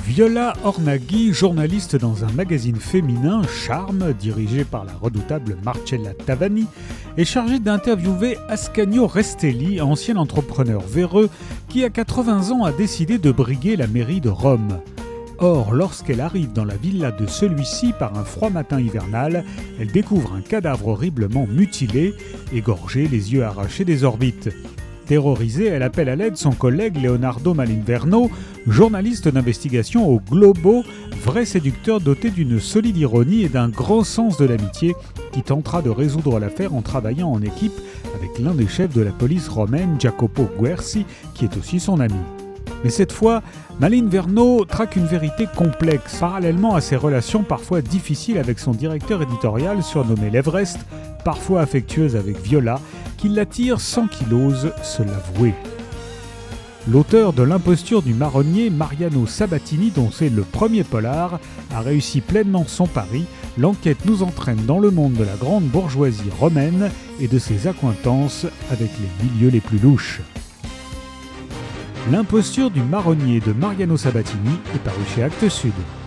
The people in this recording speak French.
Viola Ornaghi, journaliste dans un magazine féminin, Charme, dirigé par la redoutable Marcella Tavani, est chargée d'interviewer Ascanio Restelli, ancien entrepreneur véreux qui à 80 ans a décidé de briguer la mairie de Rome. Or, lorsqu'elle arrive dans la villa de celui-ci par un froid matin hivernal, elle découvre un cadavre horriblement mutilé, égorgé, les yeux arrachés des orbites. Terrorisée, elle appelle à l'aide son collègue Leonardo Malinverno, journaliste d'investigation au Globo, vrai séducteur doté d'une solide ironie et d'un grand sens de l'amitié, qui tentera de résoudre l'affaire en travaillant en équipe avec l'un des chefs de la police romaine, Jacopo Guerci, qui est aussi son ami. Mais cette fois, Malinverno traque une vérité complexe, parallèlement à ses relations parfois difficiles avec son directeur éditorial surnommé l'Everest, parfois affectueuse avec Viola, qui l'attire sans qu'il ose se l'avouer. L'auteur de L'imposture du marronnier, Mariano Sabatini, dont c'est le premier polar, a réussi pleinement son pari. L'enquête nous entraîne dans le monde de la grande bourgeoisie romaine et de ses accointances avec les milieux les plus louches. L'imposture du marronnier de Mariano Sabatini est paru chez Actes Sud.